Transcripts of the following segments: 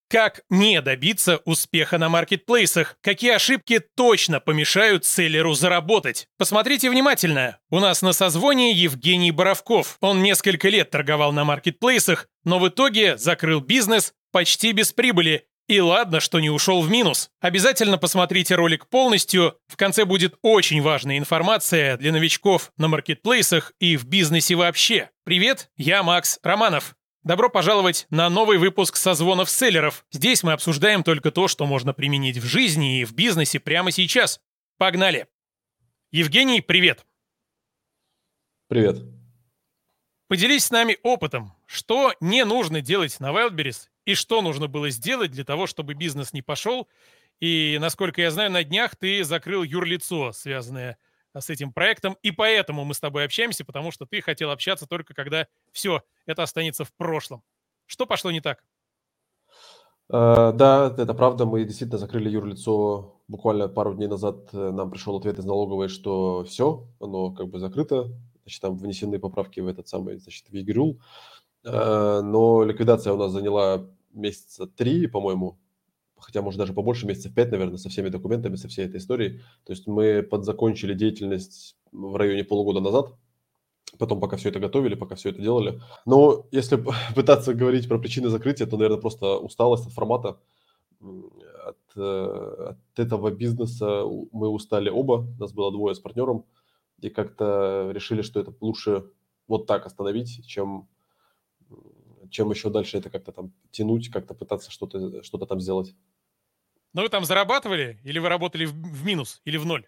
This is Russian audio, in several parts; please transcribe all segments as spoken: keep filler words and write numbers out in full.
Как не добиться успеха на маркетплейсах? Какие ошибки точно помешают селлеру заработать? Посмотрите внимательно. У нас на созвоне Евгений Боровков. Он несколько лет торговал на маркетплейсах, но в итоге закрыл бизнес почти без прибыли. И ладно, что не ушел в минус. Обязательно посмотрите ролик полностью. В конце будет очень важная информация для новичков на маркетплейсах и в бизнесе вообще. Привет, я Макс Романов. Добро пожаловать на новый выпуск созвонов селлеров. Здесь мы обсуждаем только то, что можно применить в жизни и в бизнесе прямо сейчас. Погнали! Евгений, привет! Привет. Поделись с нами опытом. Что не нужно делать на Wildberries и что нужно было сделать для того, чтобы бизнес не пошел. И, насколько я знаю, на днях ты закрыл юрлицо, связанное а, с этим проектом. И поэтому мы с тобой общаемся, потому что ты хотел общаться только когда все это останется в прошлом. Что пошло не так? Э, Да, это правда. Мы действительно закрыли юрлицо буквально пару дней назад. э, Нам пришел ответ из налоговой, что все, оно как бы закрыто. Значит, там внесены поправки в этот самый, значит, в ЕГРЮЛ. Э, Но ликвидация у нас заняла месяца три, по-моему, хотя, может, даже побольше, месяцев пять, наверное, со всеми документами, со всей этой историей. То есть мы подзакончили деятельность в районе полугода назад. Потом, пока все это готовили, пока все это делали. Но если п- пытаться говорить про причины закрытия, то, наверное, просто усталость от формата, м, от, э, от этого бизнеса у- мы устали оба, нас было двое с партнером, и как-то решили, что это лучше вот так остановить, чем, м, чем еще дальше это как-то там тянуть, как-то пытаться что-то что там сделать. Но вы там зарабатывали или вы работали в, в минус или в ноль?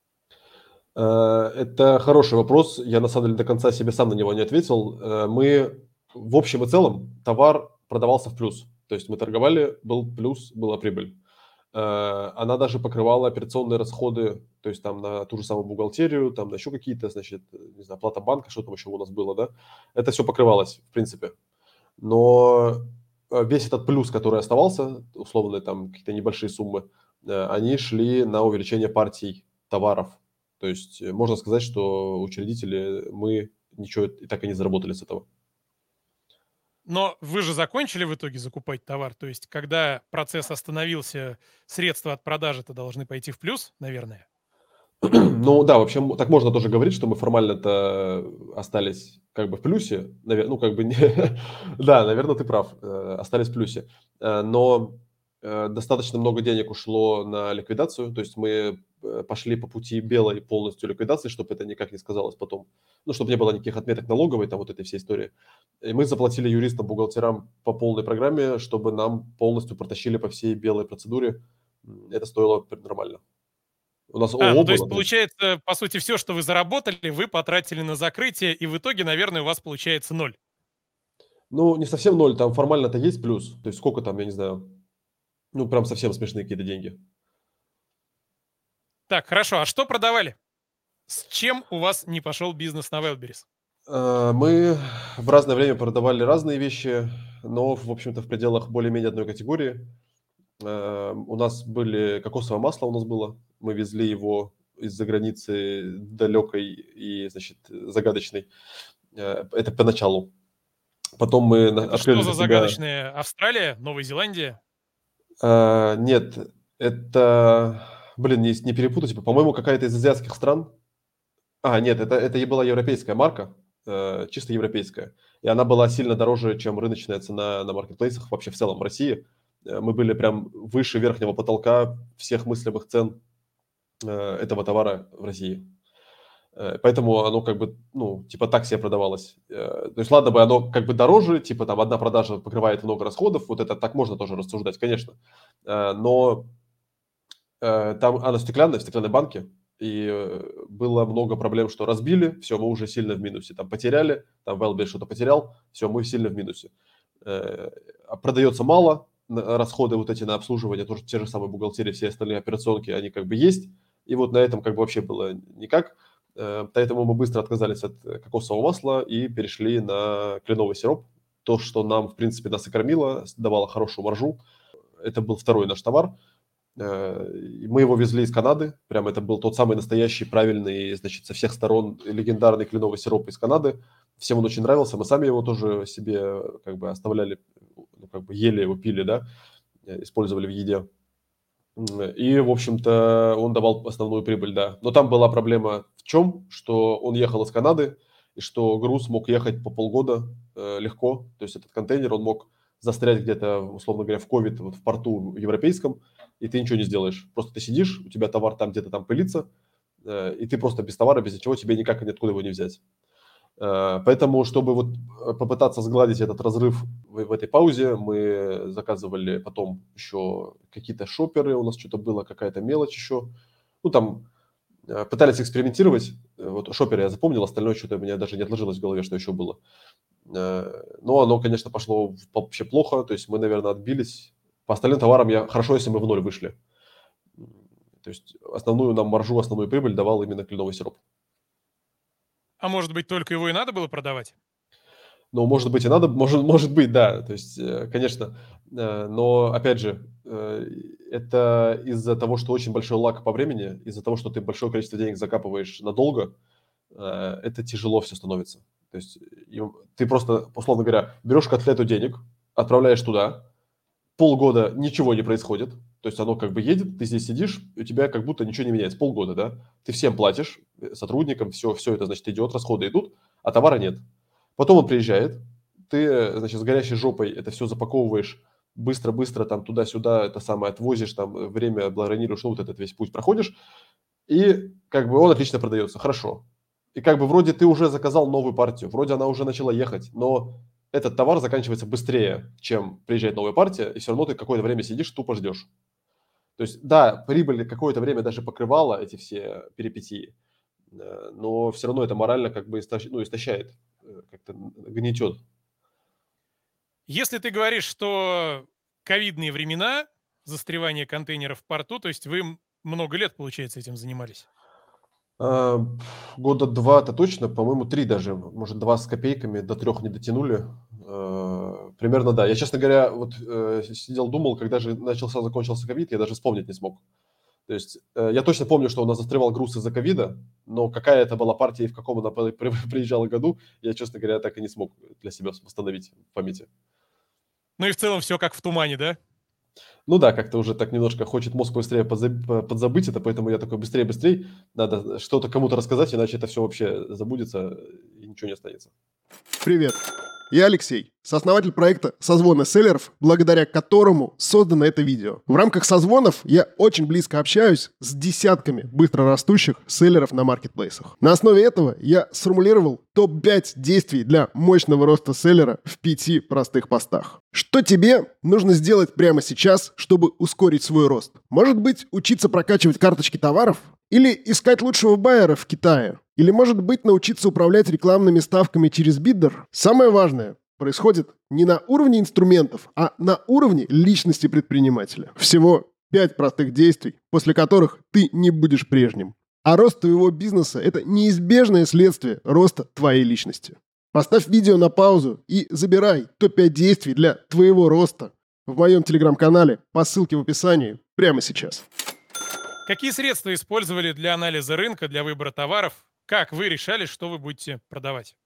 Э, Это хороший вопрос. Я, на самом деле, до конца себе сам на него не ответил. Э, Мы, в общем и целом, товар продавался в плюс. То есть мы торговали, был плюс, была прибыль. Э, Она даже покрывала операционные расходы, то есть там на ту же самую бухгалтерию, там на еще какие-то, значит, э, не знаю, плата банка, что там еще у нас было, да. Это все покрывалось, в принципе. Но э, весь этот плюс, который оставался, условно там какие-то небольшие суммы, э, они шли на увеличение партий товаров. То есть э, можно сказать, что учредители, мы ничего и так и не заработали с этого. Но вы же закончили в итоге закупать товар. То есть, когда процесс остановился, средства от продажи-то должны пойти в плюс, наверное. Ну да, в общем, так можно тоже говорить, что мы формально-то остались как бы в плюсе. Наве- Ну, как бы не... Да, наверное, ты прав, э, остались в плюсе. Э, Но э, достаточно много денег ушло на ликвидацию, то есть мы э, пошли по пути белой полностью ликвидации, чтобы это никак не сказалось потом. Ну, чтобы не было никаких отметок налоговой, там вот этой всей истории. И мы заплатили юристам, бухгалтерам по полной программе, чтобы нам полностью протащили по всей белой процедуре. М, Это стоило нормально. У нас А, ну ООО то есть было, то есть. получается, по сути, все, что вы заработали, вы потратили на закрытие, и в итоге, наверное, у вас получается ноль. Ну, не совсем ноль, там формально-то есть плюс. То есть сколько там, я не знаю, ну, прям совсем смешные какие-то деньги. Так, хорошо, а что продавали? С чем у вас не пошел бизнес на Wildberries? Э, Мы в разное время продавали разные вещи, но, в общем-то, в пределах более-менее одной категории. Э, У нас были кокосовое масло, у нас было. Мы везли его из-за границы далекой и, значит, загадочной. Э, Это поначалу. Потом мы на- Это что открыли для за себя. загадочная Австралия, Новая Зеландия? Э, Нет, это, блин, не, не перепутать, по-моему, какая-то из азиатских стран. А, нет, это это и была европейская марка, э, чисто европейская. И она была сильно дороже, чем рыночная цена на маркетплейсах вообще в целом в России. Э, мы были прям выше верхнего потолка всех мыслимых цен, э, этого товара в России. Э, поэтому оно как бы, ну, типа так себе продавалось. Э, то есть ладно бы оно как бы дороже, типа там одна продажа покрывает много расходов, вот это так можно тоже рассуждать, конечно. Э, но Э, там она стеклянная, в стеклянной банке, и, э, было много проблем, что разбили, все, мы уже сильно в минусе. Там потеряли, там Wildberries что-то потерял, все, мы сильно в минусе. Э, а продается мало, н расходы вот эти на обслуживание, тоже те же самые бухгалтерии, все остальные операционки, они как бы есть. И вот на этом как бы вообще было никак. Э, поэтому мы быстро отказались от э, кокосового масла и перешли на кленовый сироп. То, что нам, в принципе, нас и кормило, с давало хорошую маржу. Это был второй наш товар. Э, и мы его везли из Канады. Прям это был тот самый настоящий, правильный, значит, со всех сторон легендарный кленовый сироп из Канады. Всем он очень нравился. Мы сами его тоже себе как бы оставляли, ну, как бы ели его, пили, да. э, использовали в еде. М, И, в общем-то, он давал основную прибыль, да. Но там была проблема в чем? Что он ехал из Канады, и что груз мог ехать по полгода э, легко. То есть этот контейнер, он мог застрять где-то, условно говоря, в ковид вот в порту европейском, и ты ничего не сделаешь. Просто ты сидишь, у тебя товар там где-то там пылится, э, и ты просто без товара, без ничего, тебе никак ниоткуда его не взять. Э, Поэтому, чтобы вот э, попытаться сгладить этот разрыв в, в этой паузе, мы заказывали потом еще какие-то шоперы, у нас что-то было, какая-то мелочь еще. Ну, там э, пытались экспериментировать. Э, Вот шоперы я запомнил, остальное что-то у меня даже не отложилось в голове, что еще было. Э, Но оно, конечно, пошло в- вообще плохо, то есть мы, наверное, отбились. По остальным товарам я хорошо, если мы в ноль вышли. М, То есть основную нам маржу, основную прибыль давал именно кленовый сироп. А может быть, только его и надо было продавать? Ну, может быть, и надо, может, может быть, да. То есть, э, конечно, э, но опять же, э, это из-за того, что очень большой лаг по времени, из-за того, что ты большое количество денег закапываешь надолго, э, это тяжело все становится. То есть и ты просто, условно говоря, берешь котлету денег, отправляешь туда, полгода ничего не происходит, то есть оно как бы едет, ты здесь сидишь, и у тебя как будто ничего не меняется. Полгода, да? Ты всем платишь, э, сотрудникам, все, все это, значит, идет, расходы идут, а товара нет. Потом он приезжает, ты, э, значит, с горящей жопой это все запаковываешь, быстро-быстро там туда-сюда это самое отвозишь, там э, время бронируешь, ну, вот этот весь путь проходишь, и как бы он отлично продается, хорошо. И как бы вроде ты уже заказал новую партию, вроде она уже начала ехать, но этот товар заканчивается быстрее, чем приезжает новая партия, и все равно ты какое-то время сидишь, тупо ждешь. То есть, да, прибыль какое-то время даже покрывала эти все перипетии, э, но все равно это морально как бы истощ- ну, истощает, э, как-то гнетет. Если ты говоришь, что ковидные времена, застревание контейнеров в порту, то есть вы м- много лет, получается, этим занимались? А, пф, года два-то точно, по-моему, три даже, может, два с копейками, до трех не дотянули. Э, примерно, да. Я, честно говоря, вот, э, сидел, думал, когда же начался, закончился ковид, я даже вспомнить не смог. То есть, э, я точно помню, что у нас застревал груз из-за ковида, но какая это была партия и в каком она при при приезжала году, я, честно говоря, так и не смог для себя восстановить в памяти. Ну и в целом все как в тумане, да? Ну да, как-то уже так немножко хочет мозг быстрее подзаб по подзабыть это, поэтому я такой: быстрее, быстрей, надо что-то кому-то рассказать, иначе это все вообще забудется и ничего не останется. Привет, я Алексей, сооснователь проекта «Созвоны селлеров», благодаря которому создано это видео. В рамках созвонов я очень близко общаюсь с десятками быстрорастущих селлеров на маркетплейсах. На основе этого я сформулировал топ пять действий для мощного роста селлера в пяти простых постах. Что тебе нужно сделать прямо сейчас, чтобы ускорить свой рост? Может быть, учиться прокачивать карточки товаров? Или искать лучшего байера в Китае? Или, может быть, научиться управлять рекламными ставками через биддер? Самое важное происходит не на уровне инструментов, а на уровне личности предпринимателя. Всего пять простых действий, после которых ты не будешь прежним. А рост твоего бизнеса – это неизбежное следствие роста твоей личности. Поставь видео на паузу и забирай топ пять действий для твоего роста в моем телеграм-канале по ссылке в описании прямо сейчас. Какие средства использовали для анализа рынка, для выбора товаров? Как вы решали, что вы будете продавать?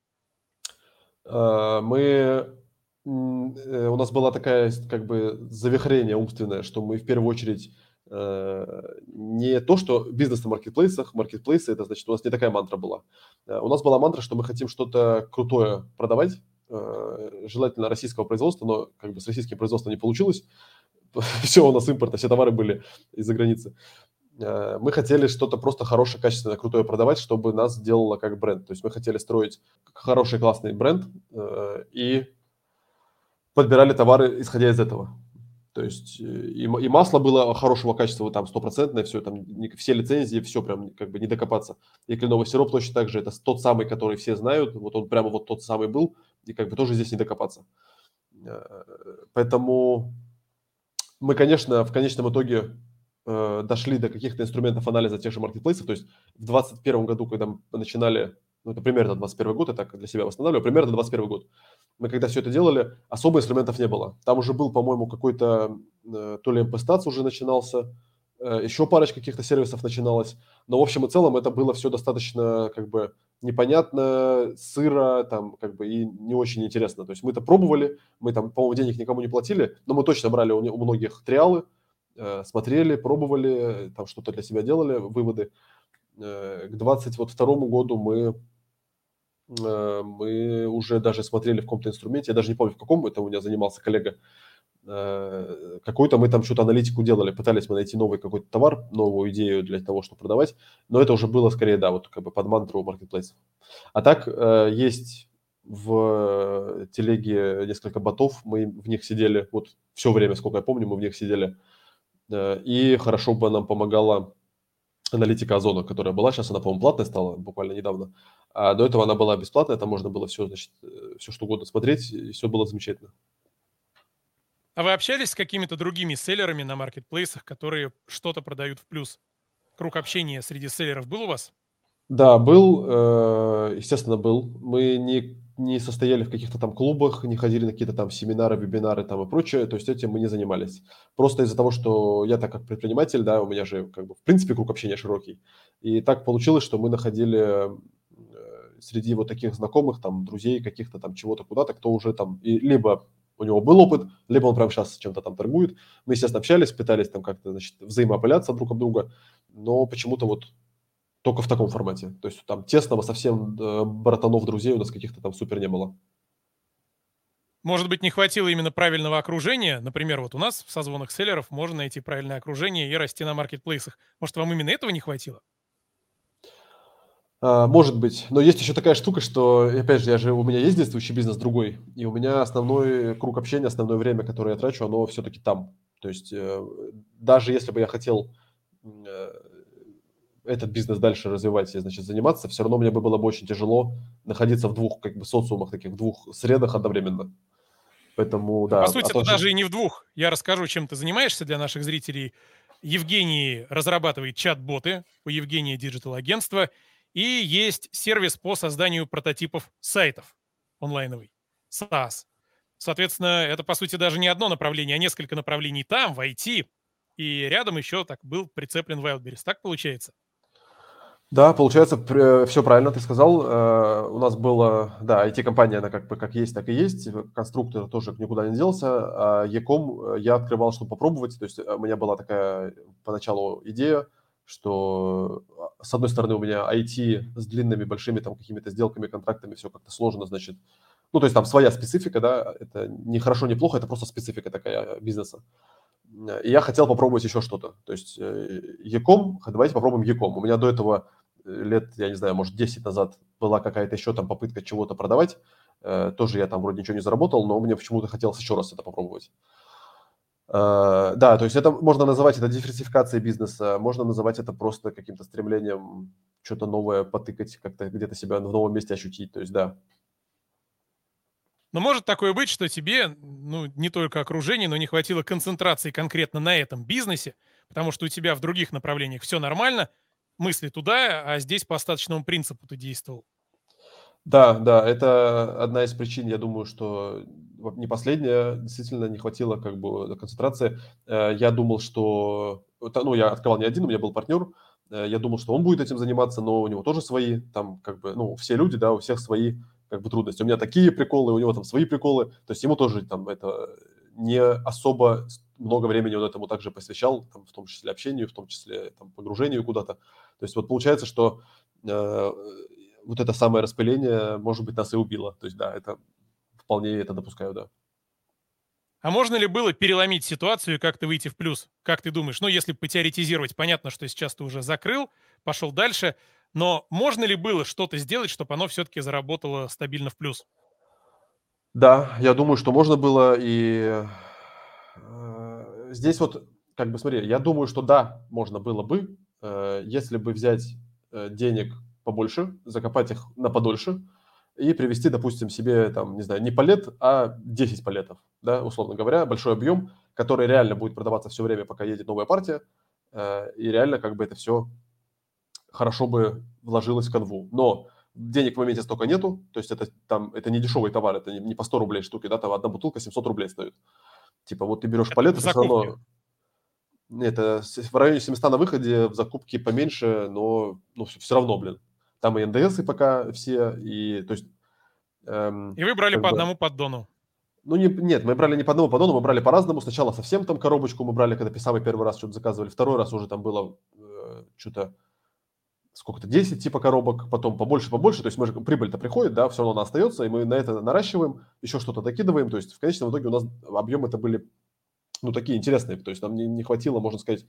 А, мы, м, э, у нас была такая с как бы завихрение умственное, что мы в первую очередь, э, не то, что бизнес на маркетплейсах, маркетплейсы- это значит, у нас не такая мантра была. Э, у нас была мантра, что мы хотим что-то крутое продавать, э, желательно российского производства, но как бы с российским производством не получилось. Все у нас импорт, все товары были из-за границы. Э, мы хотели что-то просто хорошее, качественное, крутое продавать, чтобы нас делало как бренд. То есть мы хотели строить хороший, классный бренд, э, и подбирали товары, исходя из этого. То есть э, и ма и масло было хорошего качества, вот там стопроцентное, всё там, не все лицензии, все прям как бы не докопаться. И кленовый сироп точно так же. Это с тот самый, который все знают, вот он прямо вот тот самый был, и как бы тоже здесь не докопаться. Э, Поэтому мы, конечно, в конечном итоге, э, дошли до каких-то инструментов анализа тех же маркетплейсов. То есть в двадцать первом году, когда мы начинали, ну, это примерно двадцать первый год, я так для себя восстанавливаю, примерно двадцать первый год. Мы когда все это делали, особо инструментов не было. Там уже был, по-моему, какой-то, э, то ли эм пэ-статс уже начинался, еще парочка каких-то сервисов начиналось. Но в общем и целом это было все достаточно как бы непонятно, сыро, там, как бы, и не очень интересно. То есть мы это пробовали, мы там, по-моему, денег никому не платили, но мы точно брали у, не- у многих триалы, э, смотрели, пробовали, там что-то для себя делали, выводы. Э, к двадцать второму году мы, э, мы уже даже смотрели в каком-то инструменте, я даже не помню, в каком это у меня занимался коллега, э, какой-то мы там что-то аналитику делали, пытались мы найти новый какой-то товар, новую идею для того, чтобы продавать, но это уже было скорее, да, вот как бы под мантру маркетплейсов. А так э, есть в телеге несколько ботов, мы в них сидели, вот все время, сколько я помню, мы в них сидели, э, и хорошо бы нам помогала аналитика Озона, которая была, сейчас она, по-моему, платная стала буквально недавно, а до этого она была бесплатная, там можно было все, значит, все что угодно смотреть, и все было замечательно. А вы общались с какими-то другими селлерами на маркетплейсах, которые что-то продают в плюс? Круг общения среди селлеров был у вас? Да, был, э, естественно, был. Мы не, не состояли в каких-то там клубах, не ходили на какие-то там семинары, вебинары там и прочее, то есть этим мы не занимались. Просто из-за того, что я так как предприниматель, да, у меня же как бы в принципе круг общения широкий. И так получилось, что мы находили э, среди вот таких знакомых, там, друзей каких-то там чего-то куда-то, кто уже там, и либо у него был опыт, либо он прямо сейчас чем-то там торгует. Мы, естественно, общались, пытались там как-то, значит, взаимоопыляться друг от друга, но почему-то вот только в таком формате. То есть там тесного совсем э, братанов, друзей у нас каких-то там супер не было. Может быть, не хватило именно правильного окружения? Например, вот у нас в созвонах селлеров можно найти правильное окружение и расти на маркетплейсах. Может, вам именно этого не хватило? А, может быть. Но есть еще такая штука, что, опять же, я же, у меня есть действующий бизнес другой, и у меня основной круг общения, основное время, которое я трачу, оно все-таки там. То есть э, даже если бы я хотел э, этот бизнес дальше развивать и, значит, заниматься, все равно мне бы было бы очень тяжело находиться в двух как бы социумах, таких в двух средах одновременно. Поэтому, А по да, а сути, это тот же... даже и не в двух. Я расскажу, чем ты занимаешься для наших зрителей. Евгений разрабатывает чат-боты, у Евгения диджитал-агентство, и есть сервис по созданию прототипов сайтов онлайновый, SaaS. Соответственно, это, по сути, даже не одно направление, а несколько направлений там, в ай ти, и рядом еще так был прицеплен Wildberries. Так получается? Да, получается, все правильно ты сказал. Э, У нас была, да, ай ти-компания, она как бы как есть, так и есть. Конструктор тоже никуда не делся. А Яком я открывал, чтобы попробовать. То есть э, у меня была такая поначалу идея, что а, с одной стороны у меня ай ти с длинными большими там какими-то сделками, контрактами, все как-то сложно, значит. Ну, то есть там своя специфика, да, это не хорошо, не плохо, это просто специфика такая бизнеса. И я хотел попробовать еще что-то. То есть э, Яком, давайте попробуем Яком. У меня до этого лет, я не знаю, может, десять назад была какая-то еще там попытка чего-то продавать. Э, тоже я там вроде ничего не заработал, но мне почему-то хотелось еще раз это попробовать. Э, да, то есть это можно называть это диверсификацией бизнеса, можно называть это просто каким-то стремлением что-то новое потыкать, как-то где-то себя в новом месте ощутить. То есть да. Но может такое быть, что тебе, ну, не только окружение, но не хватило концентрации конкретно на этом бизнесе, потому что у тебя в других направлениях все нормально, мысли туда, а здесь по остаточному принципу ты действовал. Да, да, это одна из причин, я думаю, что вот не последняя, действительно не хватило как бы концентрации. Э, Я думал, что, это, ну, я открывал не один, у меня был партнер, Э, я думал, что он будет этим заниматься, но у него тоже свои, там, как бы, ну, все люди, да, у всех свои, как бы, трудности. У меня такие приколы, у него там свои приколы, то есть ему тоже там это не особо с- много времени он этому также посвящал, там, в том числе общению, в том числе там, погружению куда-то. То есть вот получается, что э, вот это самое распыление, может быть, нас и убило. То есть, да, это вполне это допускаю, да. А можно ли было переломить ситуацию и как-то выйти в плюс? Как ты думаешь? Ну, если потеоретизировать, понятно, что сейчас ты уже закрыл, пошел дальше, но можно ли было что-то сделать, чтобы оно все-таки заработало стабильно в плюс? Да, я думаю, что можно было, и э, здесь вот, как бы, смотри, я думаю, что да, можно было бы, э, если бы взять э, денег побольше, закопать их на подольше и привести, допустим, себе, там, не знаю, не палет, а десять палетов, да, условно говоря, большой объем, который реально будет продаваться все время, пока едет новая партия, э, и реально как бы это все хорошо бы вложилось в канву. Но денег в моменте столько нету, то есть это, там, это не дешевый товар, это не, не по сто рублей штуки, да, там одна бутылка семьсот рублей стоит. Типа вот ты берешь Это в палет, это все закупке. равно, Это в районе семьсот на выходе, в закупке поменьше, но ну, все равно, блин. Там и эн дэ эсы пока все, и то есть... Эм, И вы брали как по бы, одному поддону. Ну, не, нет, мы брали не по одному поддону, мы брали по-разному. Сначала совсем там коробочку мы брали, когда самый первый раз что-то заказывали. Второй раз уже там было э, что-то, сколько-то, десять типа коробок, потом побольше-побольше. То есть мы же, прибыль-то приходит, да, все равно она остается, и мы на это наращиваем, еще что-то докидываем. То есть в конечном итоге у нас объемы-то были, ну, такие интересные. То есть нам не, не хватило, можно сказать,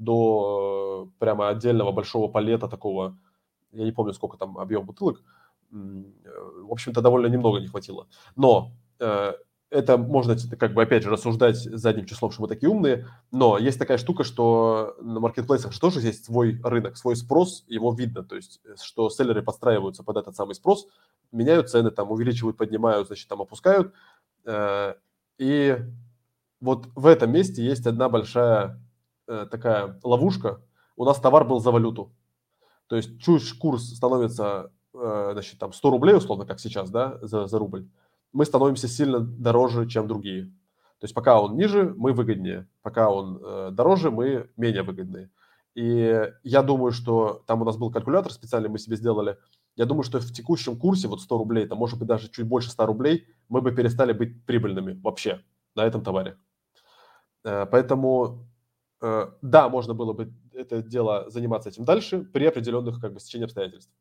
до э, прямо отдельного большого палета такого. Я не помню, сколько там объем бутылок. М, э, В общем-то, довольно немного не хватило. Но э, это можно как бы опять же рассуждать задним числом, что мы такие умные, но есть такая штука, что на маркетплейсах же тоже есть свой рынок, свой спрос, его видно, то есть э, что селлеры подстраиваются под этот самый спрос, меняют цены, там увеличивают, поднимают, значит, там опускают. Э, И вот в этом месте есть одна большая э, такая ловушка. У нас товар был за валюту. То есть чуть курс становится, э, значит, там сто рублей, условно, как сейчас, да, за, за рубль, мы становимся сильно дороже, чем другие. То есть пока он ниже, мы выгоднее. Пока он э, дороже, мы менее выгодные. И я думаю, что там у нас был калькулятор специальный, мы себе сделали. Я думаю, что в текущем курсе вот сто рублей, там может быть даже чуть больше ста рублей, мы бы перестали быть прибыльными вообще на этом товаре. Э, Поэтому Э, да, можно было бы это дело заниматься этим дальше при определенных как бы стечении обстоятельств.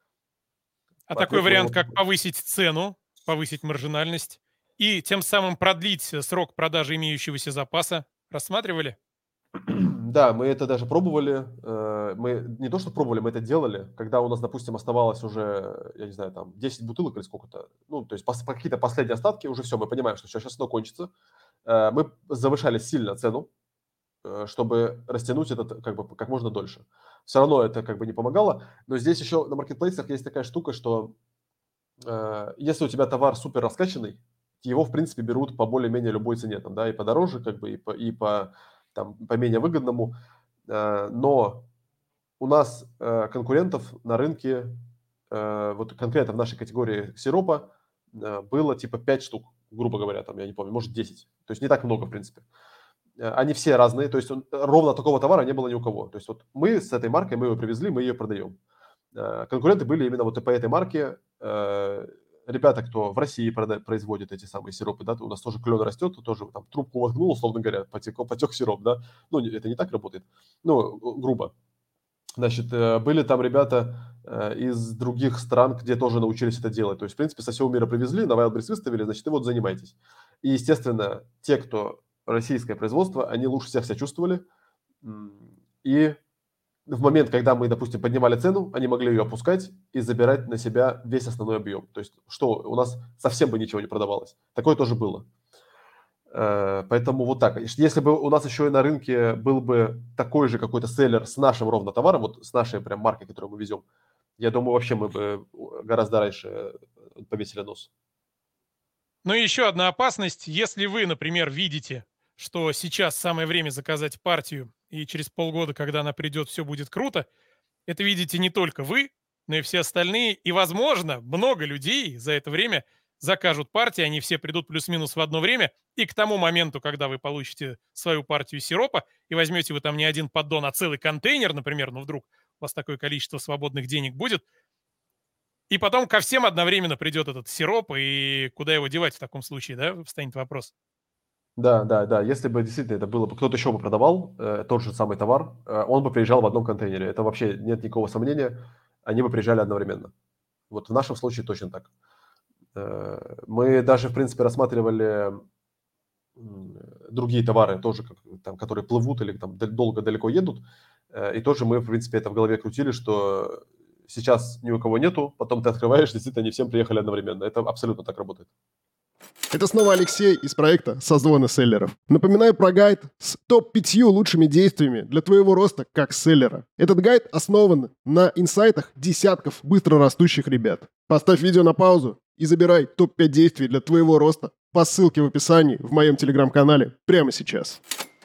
А такой Ответ на вариант, его... как повысить цену, повысить маржинальность и тем самым продлить э, срок продажи имеющегося запаса, рассматривали? Да, мы это даже пробовали. Э, Мы не то, что пробовали, мы это делали, когда у нас, допустим, оставалось уже, я не знаю, там десять бутылок или сколько-то, ну, то есть пос- какие-то последние остатки, уже все, мы понимаем, что сейчас оно кончится. Э, Мы завышали сильно цену, э, чтобы растянуть этот как бы как можно дольше. Все равно это как бы не помогало. Но здесь еще на маркетплейсах есть такая штука, что э, если у тебя товар супер раскачанный, его, в принципе, берут по более-менее любой цене, там, да, и подороже, как бы, и по, и по, там, по менее выгодному. Э, но у нас э, конкурентов на рынке, э, вот конкретно в нашей категории сиропа, э, было типа пять штук, грубо говоря, там, я не помню, может десять. То есть не так много, в принципе. Э, Они все разные, то есть он- ровно такого товара не было ни у кого. То есть вот мы с этой маркой, мы ее привезли, мы ее продаем. Э, Конкуренты были именно вот и по этой марке. Э, Ребята, кто в России прода- производит эти самые сиропы, да, то у нас тоже клен растет, тоже там трубку воткнул, условно говоря, потек, потек сироп, да. Ну, не- это не так работает, ну, грубо. Значит, э, были там ребята э, из других стран, где тоже научились это делать. То есть, в принципе, со всего мира привезли, на Wildberries выставили, значит, и вот занимайтесь. И, естественно, те, кто российское производство, они лучше всех себя чувствовали. М, И в момент, когда мы, допустим, поднимали цену, они могли ее опускать и забирать на себя весь основной объем. То есть, что у нас совсем бы ничего не продавалось. Такое тоже было. Э, Поэтому вот так. Если бы у нас еще и на рынке был бы такой же какой-то селлер с нашим ровно товаром, вот с нашей прям маркой, которую мы везем, я думаю, вообще мы бы гораздо раньше э, повесили нос. Ну и еще одна опасность. Если вы, например, видите, что сейчас самое время заказать партию, и через полгода, когда она придет, все будет круто, это видите не только вы, но и все остальные. И, возможно, много людей за это время закажут партии, они все придут плюс-минус в одно время, и к тому моменту, когда вы получите свою партию сиропа, и возьмете вы там не один поддон, а целый контейнер, например, ну вдруг у вас такое количество свободных денег будет, и потом ко всем одновременно придет этот сироп, и куда его девать в таком случае, да, встанет вопрос. Да, да, да. Если бы действительно это было бы, кто-то еще бы продавал э, тот же самый товар, э, он бы приезжал в одном контейнере. Это вообще нет никакого сомнения. Они бы приезжали одновременно. Вот в нашем случае точно так. Э, Мы даже, в принципе, рассматривали м, другие товары тоже, как, там, которые плывут или там дал- долго далеко едут. Э, И тоже мы, в принципе, это в голове крутили, что сейчас ни у кого нету, потом ты открываешь, действительно, они всем приехали одновременно. Это абсолютно так работает. Это снова Алексей из проекта «Созвоны селлеров». Напоминаю про гайд с топ пятью лучшими действиями для твоего роста как селлера. Этот гайд основан на инсайтах десятков быстро растущих ребят. Поставь видео на паузу и забирай топ пять действий для твоего роста по ссылке в описании в моем телеграм-канале прямо сейчас.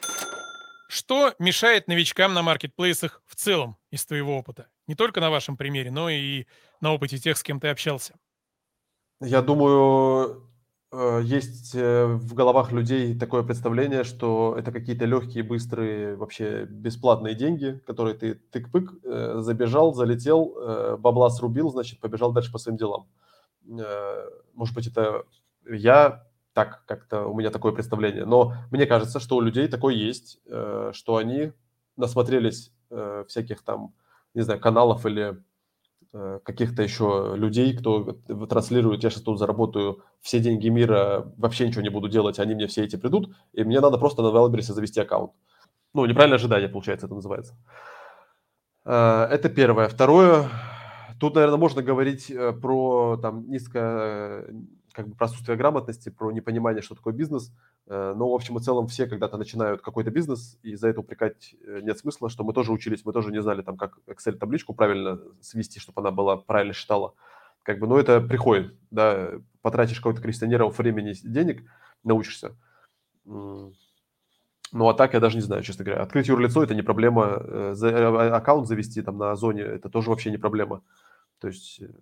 Что мешает новичкам на маркетплейсах в целом из твоего опыта? Не только на вашем примере, но и на опыте тех, с кем ты общался. Я думаю, Э, есть, э, в головах людей такое представление, что это какие-то легкие, быстрые, вообще бесплатные деньги, которые ты тык-пык, э, забежал, залетел, э, бабла срубил, значит, побежал дальше по своим делам. Э, может быть, это я так как-то, у меня такое представление, но мне кажется, что у людей такое есть, э, что они насмотрелись, э, всяких там, не знаю, каналов или э, каких-то еще людей, кто в- транслирует, я сейчас тут заработаю все деньги мира, вообще ничего не буду делать, они мне все эти придут, и мне надо просто на Wildberries завести аккаунт. Ну, неправильное ожидание, получается, это называется. Э, Это первое. Второе, тут, наверное, можно говорить э, про там низкое, э, как бы про отсутствие грамотности, про непонимание, что такое бизнес. Э, Но, в общем и целом, все когда-то начинают какой-то бизнес, и за это упрекать э, нет смысла, что мы тоже учились, мы тоже не знали, там, как Excel-табличку правильно свести, чтобы она была правильно считала. Как бы, но это приходит, да, потратишь какое-то количество нервов, времени, с- денег, научишься. М, ну, а так я даже не знаю, честно говоря. Открыть юрлицо – это не проблема. Э, за- э, аккаунт завести там на Озоне – это тоже вообще не проблема. То есть э,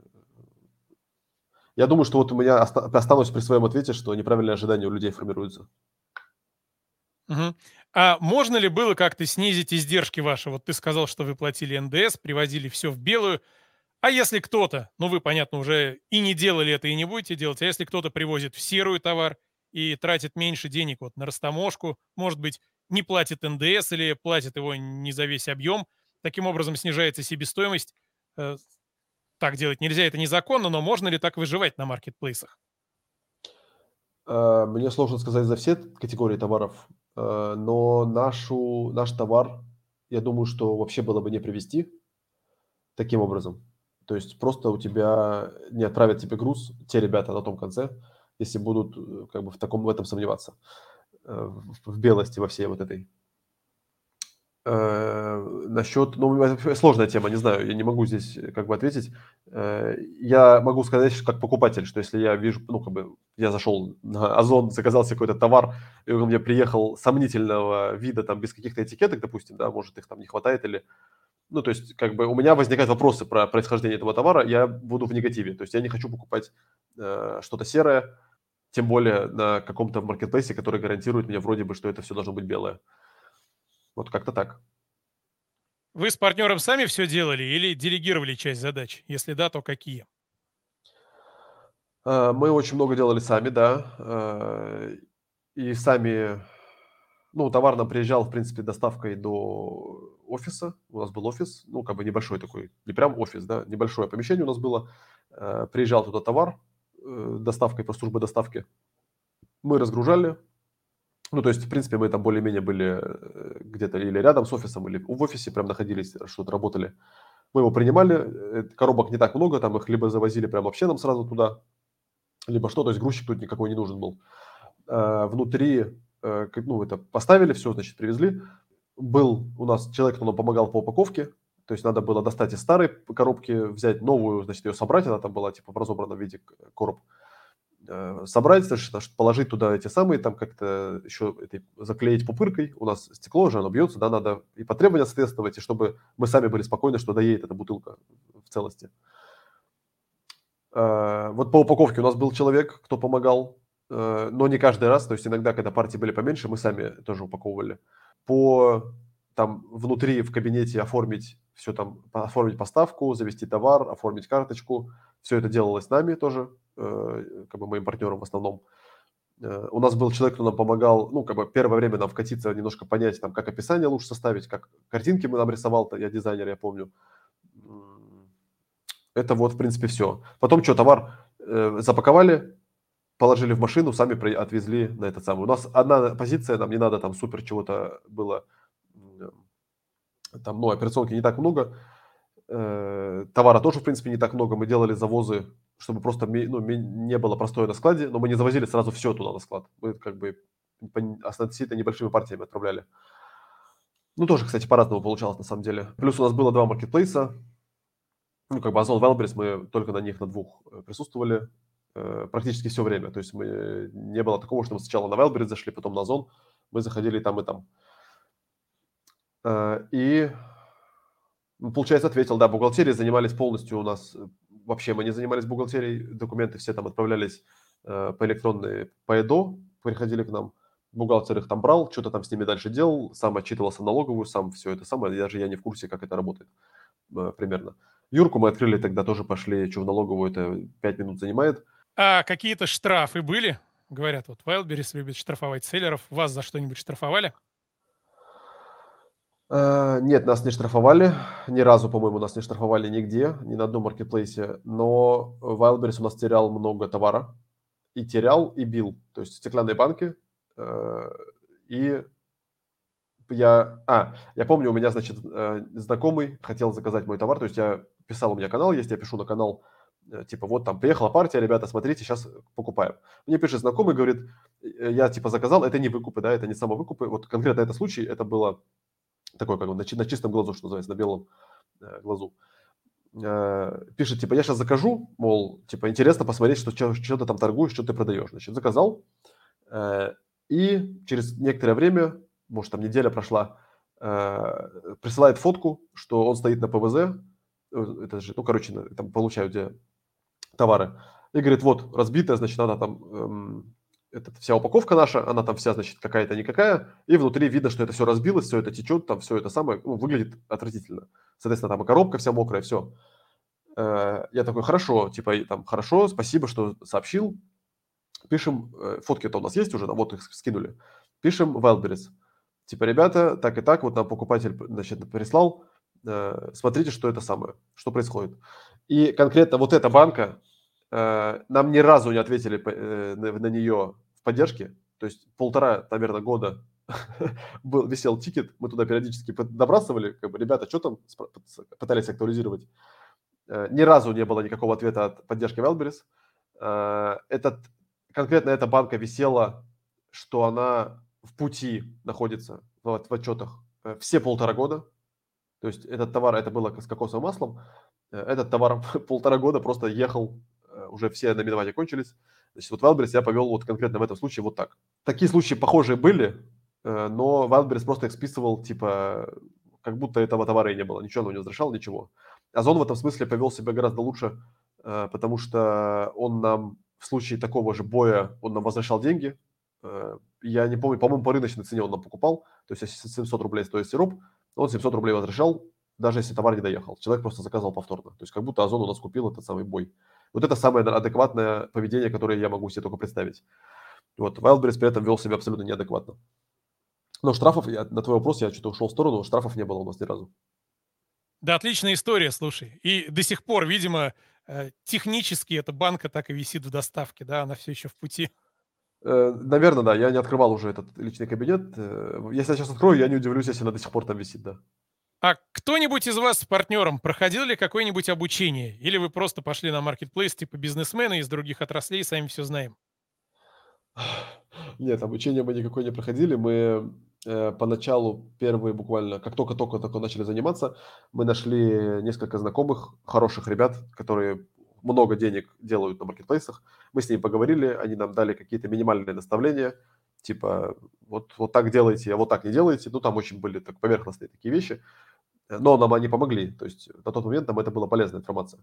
я думаю, что вот у меня оста- останусь при своем ответе, что неправильные ожидания у людей формируются. Мгм. А можно ли было как-то снизить издержки ваши? Вот ты сказал, что вы платили эн дэ эс, привозили все в белую. А если кто-то, ну вы, понятно, уже и не делали это, и не будете делать, а если кто-то привозит в серую товар и тратит меньше денег вот на растаможку, может быть, не платит эн дэ эс или платит его не за весь объем, таким образом снижается себестоимость. Э, Так делать нельзя, это незаконно, но можно ли так выживать на маркетплейсах? Э, Мне сложно сказать за все категории товаров, э, но нашу, наш товар, я думаю, что вообще было бы не привезти таким образом. То есть просто у тебя не отправят тебе груз те ребята на том конце, если будут э, как бы в таком в этом сомневаться, э, в в белости во всей вот этой. Э, насчет, ну, это сложная тема, не знаю, я не могу здесь э, как бы ответить. Э, я могу сказать, что как покупатель, что если я вижу, ну, как бы я зашел на Озон, заказал себе какой-то товар, и он мне приехал сомнительного вида, там, без каких-то этикеток, допустим, да, может, их там не хватает или... Ну, то есть, как бы у меня возникают вопросы про происхождение этого товара, я буду в негативе. То есть я не хочу покупать э, что-то серое, тем более на каком-то маркетплейсе, который гарантирует мне вроде бы, что это все должно быть белое. Вот как-то так. Вы с партнером сами все делали или делегировали часть задач? Если да, то какие? Э, мы очень много делали сами, да. Э, и сами ну, товар нам приезжал, в принципе, доставкой до офиса. У нас был офис, ну, как бы небольшой такой, не прям офис, да, небольшое помещение у нас было. Э, приезжал туда товар, э, доставкой по службе доставки. Мы разгружали. Ну, то есть, в принципе, мы там более-менее были э, где-то или рядом с офисом, или в офисе прям находились, что-то работали. Мы его принимали, э, коробок не так много, там их либо завозили прям вообще нам сразу туда, либо что, то есть грузчик тут никакой не нужен был. Э, внутри, э, к ну, это поставили, все, значит, привезли. Был у нас человек, кто нам помогал по упаковке, то есть надо было достать из старой коробки, взять новую, значит, ее собрать, она там была типа в разобранном виде к короб. Э, собрать, значит, значит, положить туда эти самые, там как-то еще этой заклеить пупыркой. У нас стекло же, оно бьется, да, надо и по требованиям соответствовать, и чтобы мы сами были спокойны, что доедет эта бутылка в целости. Э, вот по упаковке у нас был человек, кто помогал, э, но не каждый раз. То есть иногда, когда партии были поменьше, мы сами тоже упаковывали. По там внутри в кабинете оформить все там, по- оформить поставку, завести товар, оформить карточку. Все это делалось нами тоже, э, как бы моим партнером в основном. Э, У нас был человек, кто нам помогал, ну, как бы первое время нам вкатиться, немножко понять, там, как описание лучше составить, как картинки мы нам рисовал, я дизайнер, я помню. М, Это вот, в принципе, все. Потом что, товар э, запаковали, положили в машину, сами при- отвезли на этот самый. У нас одна позиция, нам не надо там супер чего-то было, м, там, ну, операционки не так много, э, товара тоже, в принципе, не так много. Мы делали завозы, чтобы просто ме- ну, ме- не было простоя на складе, но мы не завозили сразу все туда на склад. Мы как бы по н- относительно небольшими партиями отправляли. Ну, тоже, кстати, по-разному получалось на самом деле. Плюс у нас было два маркетплейса, ну, как бы Озон, Wildberries, мы только на них на двух э, присутствовали э, практически все время. То есть мы, не было такого, что мы сначала на Wildberries зашли, потом на Озон. Мы заходили и там, и там. Э, И, ну, получается, ответил, да, бухгалтерией занимались полностью у нас. э, Вообще мы не занимались бухгалтерией, документы все там отправлялись э, по электронной, по ЭДО приходили к нам, бухгалтер их там брал, что-то там с ними дальше делал, сам отчитывался в налоговую, сам все это самое, даже я не в курсе, как это работает э, примерно. Юрку мы открыли, тогда тоже пошли, что в налоговую, это пять минут занимает. А какие-то штрафы были? Говорят, вот Wildberries любит штрафовать селлеров. Вас за что-нибудь штрафовали? Э, Нет, нас не штрафовали. Ни разу, по-моему, нас не штрафовали нигде, ни на одном маркетплейсе. Но Wildberries у нас терял много товара. И терял, и бил. То есть стеклянные банки. э, И я... А, я помню, у меня, значит, э, знакомый хотел заказать мой товар. То есть я писал, у меня канал есть, я пишу на канал, э, типа, вот там приехала партия, ребята, смотрите, сейчас покупаем. Мне пишет знакомый, говорит, э, я, типа, заказал, это не выкупы, да, это не самовыкупы. Вот конкретно этот случай, это было такой, как бы, на, чи- на чистом глазу, что называется, на белом э, глазу. Э, Пишет, типа, я сейчас закажу, мол, типа, интересно посмотреть, что, что, что ты там торгуешь, что ты продаешь. Значит, заказал, э, и через некоторое время, может, там неделя прошла, э, присылает фотку, что он стоит на ПВЗ, э, это же, ну, короче, на- там получают где товары, и говорит, вот, разбитая, значит, она там, эм, это вся упаковка наша, она там вся, значит, какая-то никакая, и внутри видно, что это все разбилось, все это течет, там все это самое, ну, выглядит отвратительно. Соответственно, там и коробка вся мокрая, все. Я такой, хорошо, типа, и там, хорошо, спасибо, что сообщил. Пишем, э, фотки-то у нас есть уже, там, вот их скинули. Пишем Wildberries. Типа, ребята, так и так, вот нам покупатель, значит, прислал, э, смотрите, что это самое, что происходит. И конкретно вот эта банка, э, нам ни разу не ответили по- э, на, на нее в поддержке. То есть полтора, наверное, года был, висел тикет, мы туда периодически под- добрасывали, как бы, ребята, что там, спра- пытались актуализировать. Э, Ни разу не было никакого ответа от поддержки Wildberries. Э, Этот, конкретно эта банка висела, что она в пути находится в, в отчетах э, все полтора года. То есть этот товар, это было с кокосовым маслом, э, этот товар полтора года просто ехал, э, уже все наименования кончились. Значит, вот Wildberries я повел вот конкретно в этом случае вот так. Такие случаи похожие были, э, но Wildberries просто их списывал, типа, как будто этого товара и не было. Ничего он не возвращал, ничего. Озон в этом смысле повел себя гораздо лучше, э, потому что он нам в случае такого же боя, он нам возвращал деньги. Э, Я не помню, по-моему, по рыночной цене он нам покупал. То есть, если семьсот рублей стоит сироп, он семьсот рублей возвращал, даже если товар не доехал. Человек просто заказал повторно. То есть, как будто Озон у нас купил этот самый бой. Вот это самое адекватное поведение, которое я могу себе только представить. Вот, Wildberries при этом вел себя абсолютно неадекватно. Но штрафов, я, на твой вопрос, я что-то ушел в сторону, штрафов не было у нас ни разу. Да, отличная история, слушай. И до сих пор, видимо, э, технически эта банка так и висит в доставке, да, она все еще в пути. Э, наверное, да, я не открывал уже этот личный кабинет. Э, Если я сейчас открою, я не удивлюсь, если она до сих пор там висит, да. А кто-нибудь из вас с партнером проходил ли какое-нибудь обучение? Или вы просто пошли на маркетплейс, типа бизнесмены из других отраслей, сами все знаем? Нет, обучение мы никакое не проходили. Мы э, поначалу первые буквально, как только-только только начали заниматься, мы нашли несколько знакомых, хороших ребят, которые много денег делают на маркетплейсах. Мы с ними поговорили, они нам дали какие-то минимальные наставления, типа вот, вот так делайте, а вот так не делайте. Ну, там очень были так поверхностные такие вещи, но нам они помогли. То есть на тот момент нам это была полезная информация.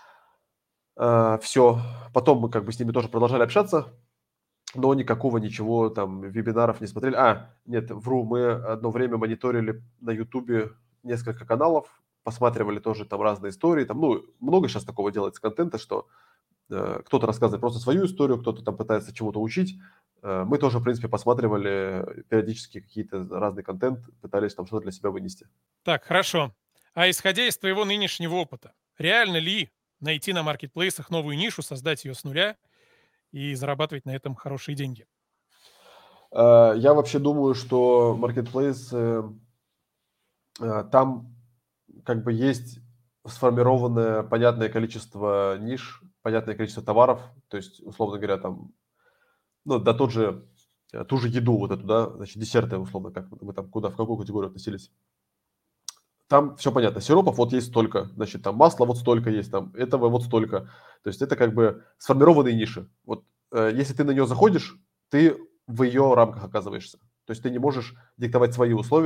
Все. Потом мы как бы с ними тоже продолжали общаться, но никакого ничего там, вебинаров не смотрели. А, нет, вру, мы одно время мониторили на Ютубе несколько каналов, посматривали тоже там разные истории. Там, ну, много сейчас такого делается контента, что э, кто-то рассказывает просто свою историю, кто-то там пытается чему-то учить. Э, мы тоже, в принципе, посматривали периодически какие-то разный контент, пытались там что-то для себя вынести. Так, хорошо. А исходя из твоего нынешнего опыта, реально ли найти на маркетплейсах новую нишу, создать ее с нуля и зарабатывать на этом хорошие деньги? Э, я вообще думаю, что Marketplace, э, э, там как бы есть сформированное понятное количество ниш, понятное количество товаров. То есть, условно говоря, там, ну, да тот же, э, ту же еду вот эту, да, значит, десерты, условно, как мы там куда, в какую категорию относились. Там все понятно. Сиропов вот есть столько, значит, там масла вот столько есть, там этого вот столько. То есть это как бы сформированные ниши. Вот э, если ты на нее заходишь, ты в ее рамках оказываешься. То есть ты не можешь диктовать свои условия.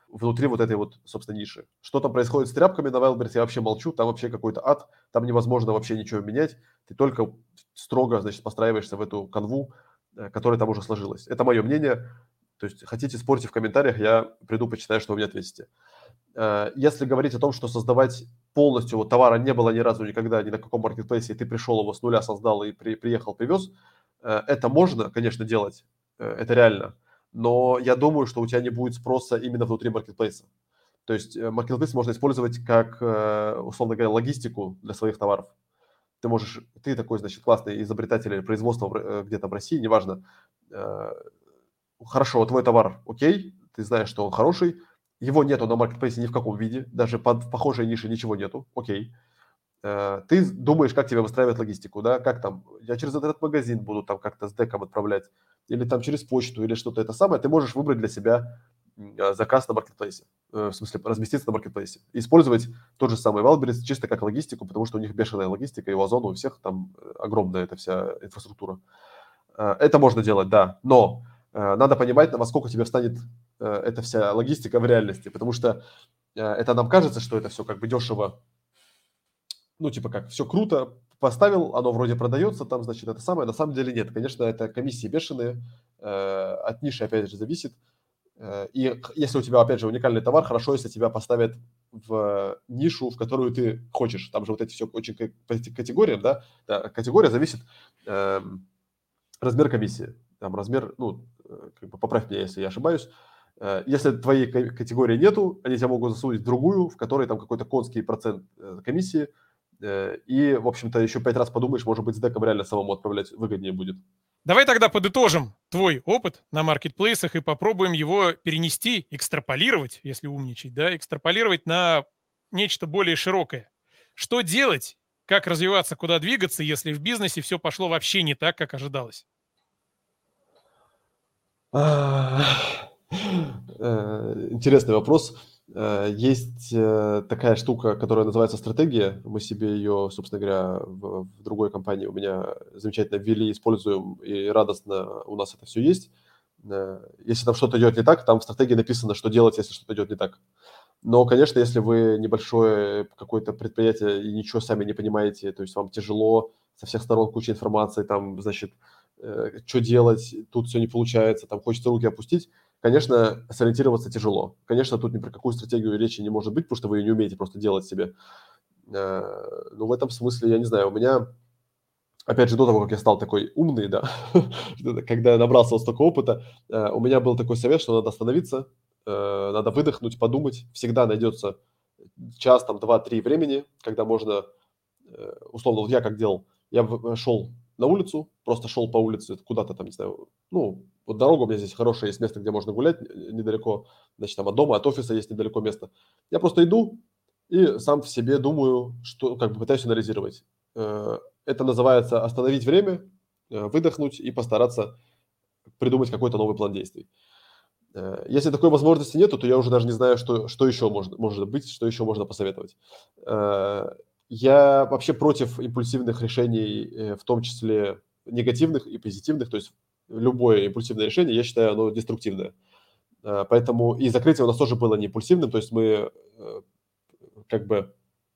внутри вот этой вот, собственно, ниши. Что там происходит с тряпками на Wildberries, я вообще молчу, там вообще какой-то ад, там невозможно вообще ничего менять, ты только строго, значит, постраиваешься в эту канву, э, которая там уже сложилась. Это мое мнение, то есть хотите спорьте в комментариях, я приду, почитаю, что вы мне ответите. Э, Если говорить о том, что создавать полностью вот товара не было ни разу никогда, ни на каком маркетплейсе, и ты пришел его с нуля создал и при, приехал, привез, э, это можно, конечно, делать, э, это реально, но я думаю, что у тебя не будет спроса именно внутри маркетплейса. То есть э, маркетплейс можно использовать как, э, условно говоря, логистику для своих товаров. Ты можешь, ты такой, значит, классный изобретатель производства в Р- э, где-то в России, неважно. Э, Хорошо, твой товар, окей, ты знаешь, что он хороший, его нету на маркетплейсе ни в каком виде, даже под в похожей нише ничего нету, окей. Э, Ты думаешь, как тебе выстраивать логистику, да, как там, я через этот магазин буду там как-то с деком отправлять, или там через почту, или что-то это самое, ты можешь выбрать для себя м, э, заказ на маркетплейсе, э, в смысле разместиться на маркетплейсе, и использовать тот же самый Wildberries чисто как логистику, потому что у них бешеная логистика, и у Озона, у всех там э, огромная эта вся инфраструктура. Э, Это можно делать, да, но э, надо понимать, во сколько тебе встанет э, эта вся логистика в реальности, потому что э, это нам кажется, что это все как бы дешево, ну, типа как, все круто, поставил, оно вроде продается, там, значит, это самое. На самом деле нет. Конечно, это комиссии бешеные, э, от ниши, опять же, зависит. Э, и х- если у тебя, опять же, уникальный товар, хорошо, если тебя поставят в нишу, в которую ты хочешь. Там же вот эти все очень ка- по эти категориям, да, да, категория зависит, эм, размер комиссии. Там размер, ну, э, как бы поправь меня, если я ошибаюсь. Э, Если твоей ка- категории нету, они тебя могут засунуть в другую, в которой там какой-то конский процент э, комиссии. Э, И, в общем-то, еще пять раз подумаешь, может быть, с деком реально самому отправлять выгоднее будет. Давай тогда подытожим твой опыт на маркетплейсах и попробуем его перенести, экстраполировать, если умничать, да, экстраполировать на нечто более широкое. Что делать, как развиваться, куда двигаться, если в бизнесе все пошло вообще не так, как ожидалось? А, э, Интересный вопрос. Э, Есть э, такая штука, которая называется стратегия. Мы себе ее, собственно говоря, в, в другой компании у меня замечательно ввели, используем, и радостно у нас это все есть. Э, Если там что-то идет не так, там в стратегии написано, что делать, если что-то идет не так. Но, конечно, если вы небольшое какое-то предприятие и ничего сами не понимаете, то есть вам тяжело, со всех сторон куча информации, там, значит, э, что делать, тут все не получается, там хочется руки опустить, конечно, сориентироваться тяжело. Конечно, тут ни про какую стратегию речи не может быть, потому что вы ее не умеете просто делать себе. Э, Но в этом смысле, я не знаю, у меня, опять же, до того, как я стал такой умный, да, когда я набрался вот столько опыта, э, у меня был такой совет, что надо остановиться, э, надо выдохнуть, подумать. Всегда найдется час, там, два, три времени, когда можно, э, условно, вот я как делал, я в- шел на улицу, просто шел по улице куда-то там, не знаю, ну, вот дорога у меня здесь хорошая, есть место, где можно гулять э, недалеко, значит, там от дома, от офиса есть недалеко место. Я просто иду и сам в себе думаю, что, как бы пытаюсь анализировать. Э, Это называется остановить время, э, выдохнуть и постараться придумать какой-то новый план действий. Э, Если такой возможности нету, то я уже даже не знаю, что, что еще может, может быть, что еще можно посоветовать. Э, Я вообще против импульсивных решений, э, в том числе негативных и позитивных. То есть любое импульсивное решение, я считаю, оно деструктивное. Э, Поэтому и закрытие у нас тоже было не импульсивным. То есть мы э, как бы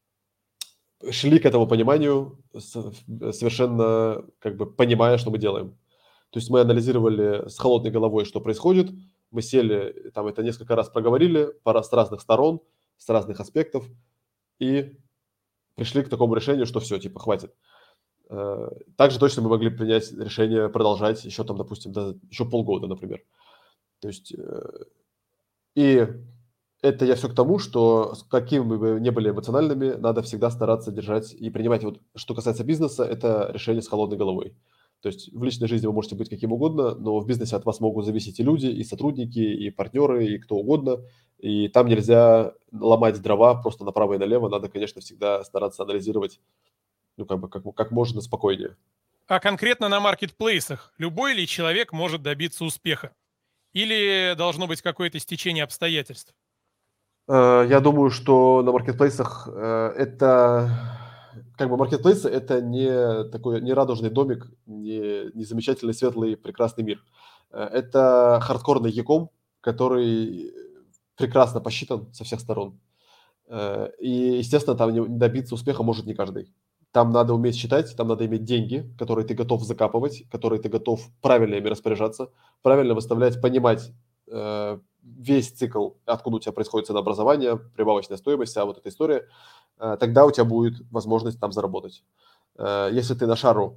шли к этому пониманию с- совершенно как бы понимая, что мы делаем. То есть мы анализировали с холодной головой, что происходит. Мы сели, там это несколько раз проговорили по раз- с разных сторон, с разных аспектов и пришли к такому решению, что все, типа, хватит. Э, Также точно мы могли принять решение продолжать еще там, допустим, до- еще полгода, например. То есть э, и это я все к тому, что с какими бы вы ни были эмоциональными, надо всегда стараться держать и принимать. Вот что касается бизнеса, это решение с холодной головой. То есть в личной жизни вы можете быть каким угодно, но в бизнесе от вас могут зависеть и люди, и сотрудники, и партнеры, и кто угодно. И там нельзя ломать дрова просто направо и налево. Надо, конечно, всегда стараться анализировать, ну, как бы, как, как можно спокойнее. А конкретно на маркетплейсах любой ли человек может добиться успеха? Или должно быть какое-то стечение обстоятельств? Э, Я думаю, что на маркетплейсах э, это как бы маркетплейсы это не такой не радужный домик, не, не замечательный, светлый, прекрасный мир. Э, Это хардкорный яком, который прекрасно посчитан со всех сторон. Э, И, естественно, там не- добиться успеха может не каждый. Там надо уметь считать, там надо иметь деньги, которые ты готов закапывать, которые ты готов правильно ими распоряжаться, правильно выставлять, понимать э, весь цикл, откуда у тебя происходит ценообразование, прибавочная стоимость, а вот эта история. Э, тогда у тебя будет возможность там заработать. Э, Если ты на шару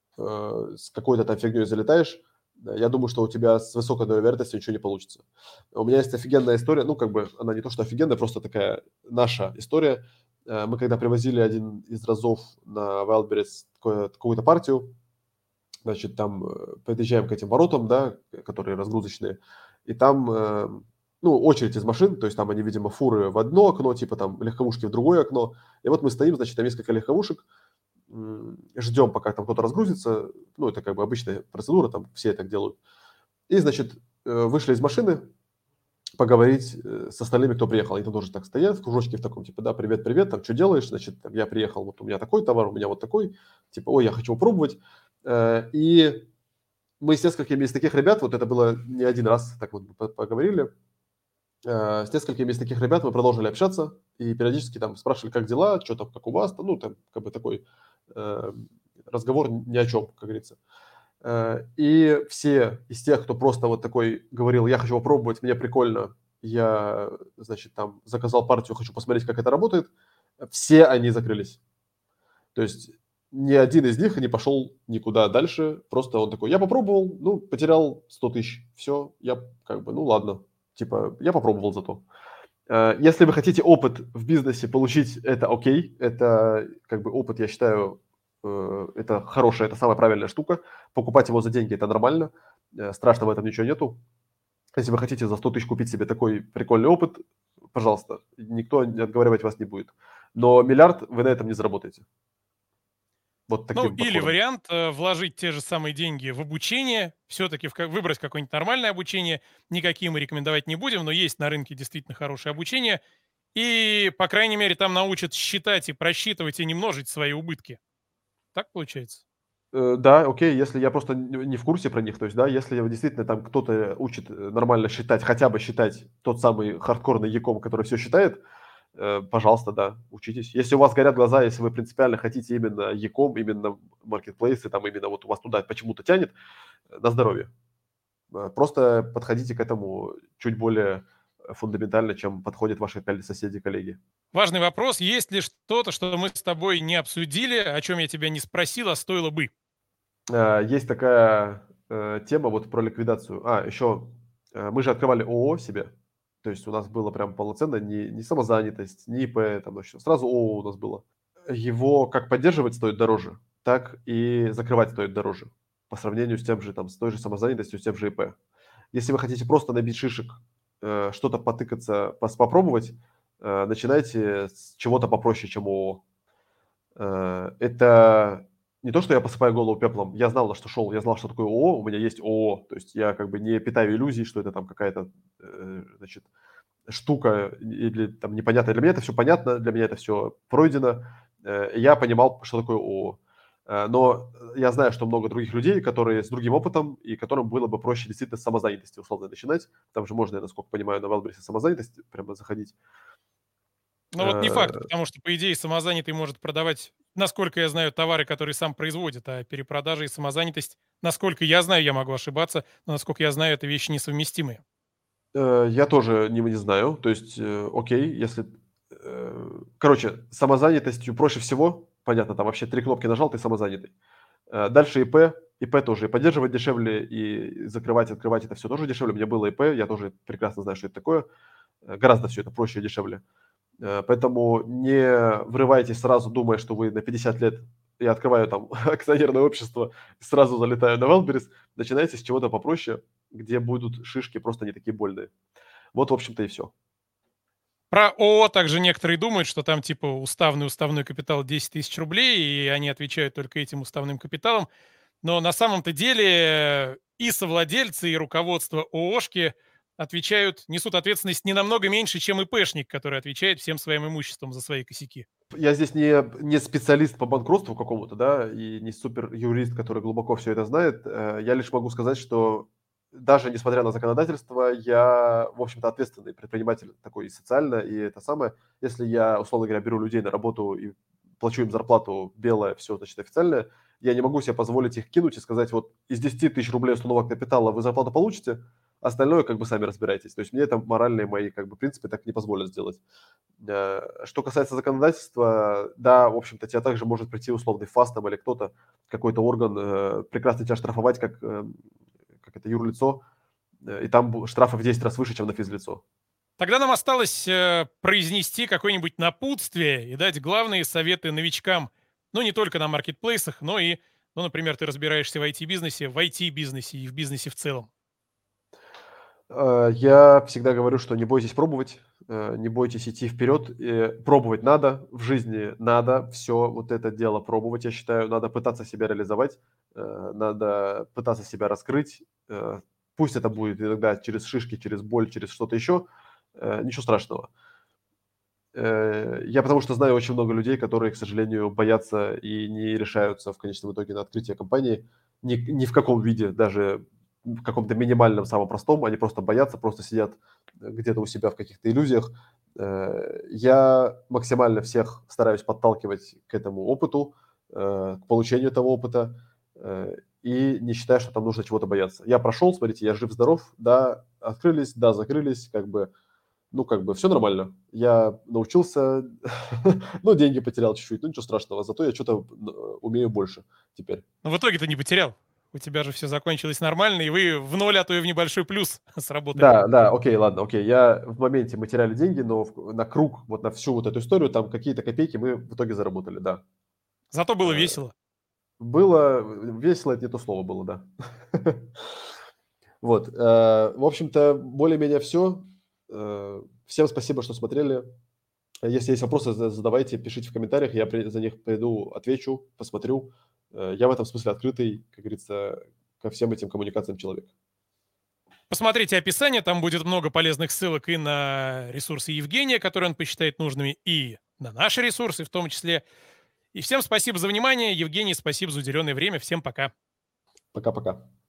э, с какой-то там фигней залетаешь, да, я думаю, что у тебя с высокой долей вероятности ничего не получится. У меня есть офигенная история, ну, как бы она не то, что офигенная, просто такая наша история. Э, Мы когда привозили один из разов на Wildberries такое- какую-то партию, значит, там э, подъезжаем к этим воротам, да, которые разгрузочные, и там, э, ну, очередь из машин, то есть там они, видимо, фуры в одно окно, типа там легковушки в другое окно. И вот мы стоим, значит, там несколько легковушек, м, ждем, пока там кто-то разгрузится. Ну, это как бы обычная процедура, там все так делают. И, значит, э, вышли из машины поговорить э, с остальными, кто приехал. Они там тоже так стоят в кружочке в таком, типа, да, привет, привет, там, что делаешь? Значит, там, я приехал, вот у меня такой товар, у меня вот такой. Типа, ой, я хочу попробовать. Э, И мы с несколькими из таких ребят, вот это было не один раз, так вот по- поговорили, э, с несколькими из таких ребят мы продолжили общаться и периодически там спрашивали, как дела, что там, как у вас, ну, там, как бы такой э, разговор ни о чем, как говорится. Э, И все из тех, кто просто вот такой говорил, я хочу попробовать, мне прикольно, я, значит, там заказал партию, хочу посмотреть, как это работает, все они закрылись. То есть ни один из них не пошел никуда дальше, просто он такой, я попробовал, ну, потерял сто тысяч, все, я как бы, ну, ладно, типа, я попробовал зато. Э, Если вы хотите опыт в бизнесе получить, это окей, это как бы опыт, я считаю, э, это хорошая, это самая правильная штука. Покупать его за деньги – это нормально, э, страшного в этом ничего нету. Если вы хотите за сто тысяч купить себе такой прикольный опыт, пожалуйста, никто не отговаривать вас не будет. Но миллиард вы на этом не заработаете. Вот Ну, таким или подходом. вариант э, вложить те же самые деньги в обучение, все-таки выбрать какое-нибудь нормальное обучение, никакие мы рекомендовать не будем, но есть на рынке действительно хорошее обучение, и, по крайней мере, там научат считать и просчитывать и не множить свои убытки. Так получается? Э, да, окей, если я просто н не в курсе про них, то есть, да, если вот действительно там кто-то учит, э, нормально считать, хотя бы считать тот самый хардкорный яком, который все считает, э, пожалуйста, да, учитесь. Если у вас горят глаза, если вы принципиально хотите именно яком, именно маркетплейсы, там именно вот у вас туда почему-то тянет, э, на здоровье. Э, просто подходите к этому чуть более, э, фундаментально, чем подходят ваши коль соседи, коллеги. Важный вопрос, есть ли что-то, что мы с тобой не обсудили, о чем я тебя не спросил, а стоило бы? Э, есть такая, э, тема вот про ликвидацию. А, еще, э, мы же открывали ООО себе. То есть у нас было прям полноценно не не самозанятость, не ИП, там еще, сразу ООО у нас было. Его как поддерживать стоит дороже, так и закрывать стоит дороже по сравнению с тем же, там, с той же самозанятостью, с тем же ИП. Если вы хотите просто набить шишек, э, что-то потыкаться, пос попробовать, э, начинайте с чего-то попроще, чем ООО. Э, это не то, что я посыпаю голову пеплом. Я знал, на что шел. Я знал, что такое ООО. У меня есть ООО. То есть я как бы не питаю иллюзий, что это там какая-то, э, значит, штука или там непонятная. Для меня это все понятно, для меня это все пройдено. Э, я понимал, что такое ООО. Э, но я знаю, что много других людей, которые с другим опытом и которым было бы проще действительно с самозанятости условно начинать. Там же можно, я насколько понимаю, на Wildberries самозанятость прямо заходить. Ну вот не факт, Э, потому что, по идее, самозанятый может продавать, насколько я знаю, товары, которые сам производит, а перепродажа и самозанятость, насколько я знаю, я могу ошибаться, но насколько я знаю, это вещи несовместимые. Э, я тоже не не знаю. То есть, э, окей, если, э, короче, самозанятостью проще всего. Понятно, там вообще три кнопки нажал, ты самозанятый. Э, дальше ИП. ИП тоже и поддерживать дешевле, и закрывать, открывать это все тоже дешевле. У меня было ИП, я тоже прекрасно знаю, что это такое. Э, гораздо все это проще и дешевле. Э, поэтому не врывайтесь сразу, думая, что вы на пятьдесят лет я открываю там акционерное общество, сразу залетаю на Wildberries. Начинайте с чего-то попроще, где будут шишки просто не такие больные. Вот, в общем-то, и все. Про ООО также некоторые думают, что там типа уставный уставной капитал десять тысяч рублей, и они отвечают только этим уставным капиталом. Но на самом-то деле и совладельцы, и руководство ООшки отвечают, несут ответственность не намного меньше, чем ИПшник, который отвечает всем своим имуществом за свои косяки. Я здесь не не специалист по банкротству какому-то, да, и не супер юрист, который глубоко все это знает. Э, я лишь могу сказать, что даже несмотря на законодательство, я, в общем-то, ответственный предприниматель такой и социально, и это самое. Если я, условно говоря, беру людей на работу и плачу им зарплату белое, все, значит, официальное, я не могу себе позволить их кинуть и сказать, вот из десяти тысяч рублей установок капитала вы зарплату получите, остальное как бы сами разбирайтесь. То есть мне это моральные мои как бы принципы так не позволят сделать. Э, Что касается законодательства, да, в общем-то, тебя также может прийти условный ФАС там или кто-то, какой-то орган, э, прекрасно тебя штрафовать как, э, как это юрлицо, э, и там бу- штрафы в десять раз выше, чем на физлицо. Тогда нам осталось э, произнести какое-нибудь напутствие и дать главные советы новичкам. Ну, не только на маркетплейсах, но и, ну, например, ты разбираешься в ай ти-бизнесе, в ай ти-бизнесе и в бизнесе в целом. Э, Я всегда говорю, что не бойтесь пробовать, э, не бойтесь идти вперед. э, Пробовать надо, в жизни надо все вот это дело пробовать, я считаю. Надо пытаться себя реализовать, э, надо пытаться себя раскрыть. э, Пусть это будет иногда через шишки, через боль, через что-то еще. э, Ничего страшного. Э, Я потому что знаю очень много людей, которые, к сожалению, боятся и не решаются в конечном итоге на открытие компании ни, ни в каком виде, даже в каком-то минимальном, самом простом. Они просто боятся, просто сидят э, где-то у себя в каких-то иллюзиях. Э, Я максимально всех стараюсь подталкивать к этому опыту, э, к получению этого опыта, э, и не считаю, что там нужно чего-то бояться. Я прошел, смотрите, я жив-здоров, да, открылись, да, закрылись, как бы ну, как бы все нормально. Я научился, ну, деньги потерял чуть-чуть, ну, ничего страшного. Зато я что-то умею больше теперь. Но в итоге ты не потерял. У тебя же все закончилось нормально, и вы в ноль, а то и в небольшой плюс сработали. Да, да, окей, ладно, окей. Я в моменте мы теряли деньги, но в- на круг, вот на всю вот эту историю, там какие-то копейки мы в итоге заработали, да. Зато было Э, весело. Было весело, это не то слово было, да. Вот, э, в общем-то, более-менее все. Всем спасибо, что смотрели. Если есть вопросы, за- задавайте, пишите в комментариях, я при- за них приду, отвечу, посмотрю. Э, Я в этом смысле открытый, как говорится, ко всем этим коммуникациям человек. Посмотрите описание, там будет много полезных ссылок и на ресурсы Евгения, которые он посчитает нужными, и на наши ресурсы в том числе. И всем спасибо за внимание. Евгений, спасибо за уделенное время. Всем пока. Пока-пока.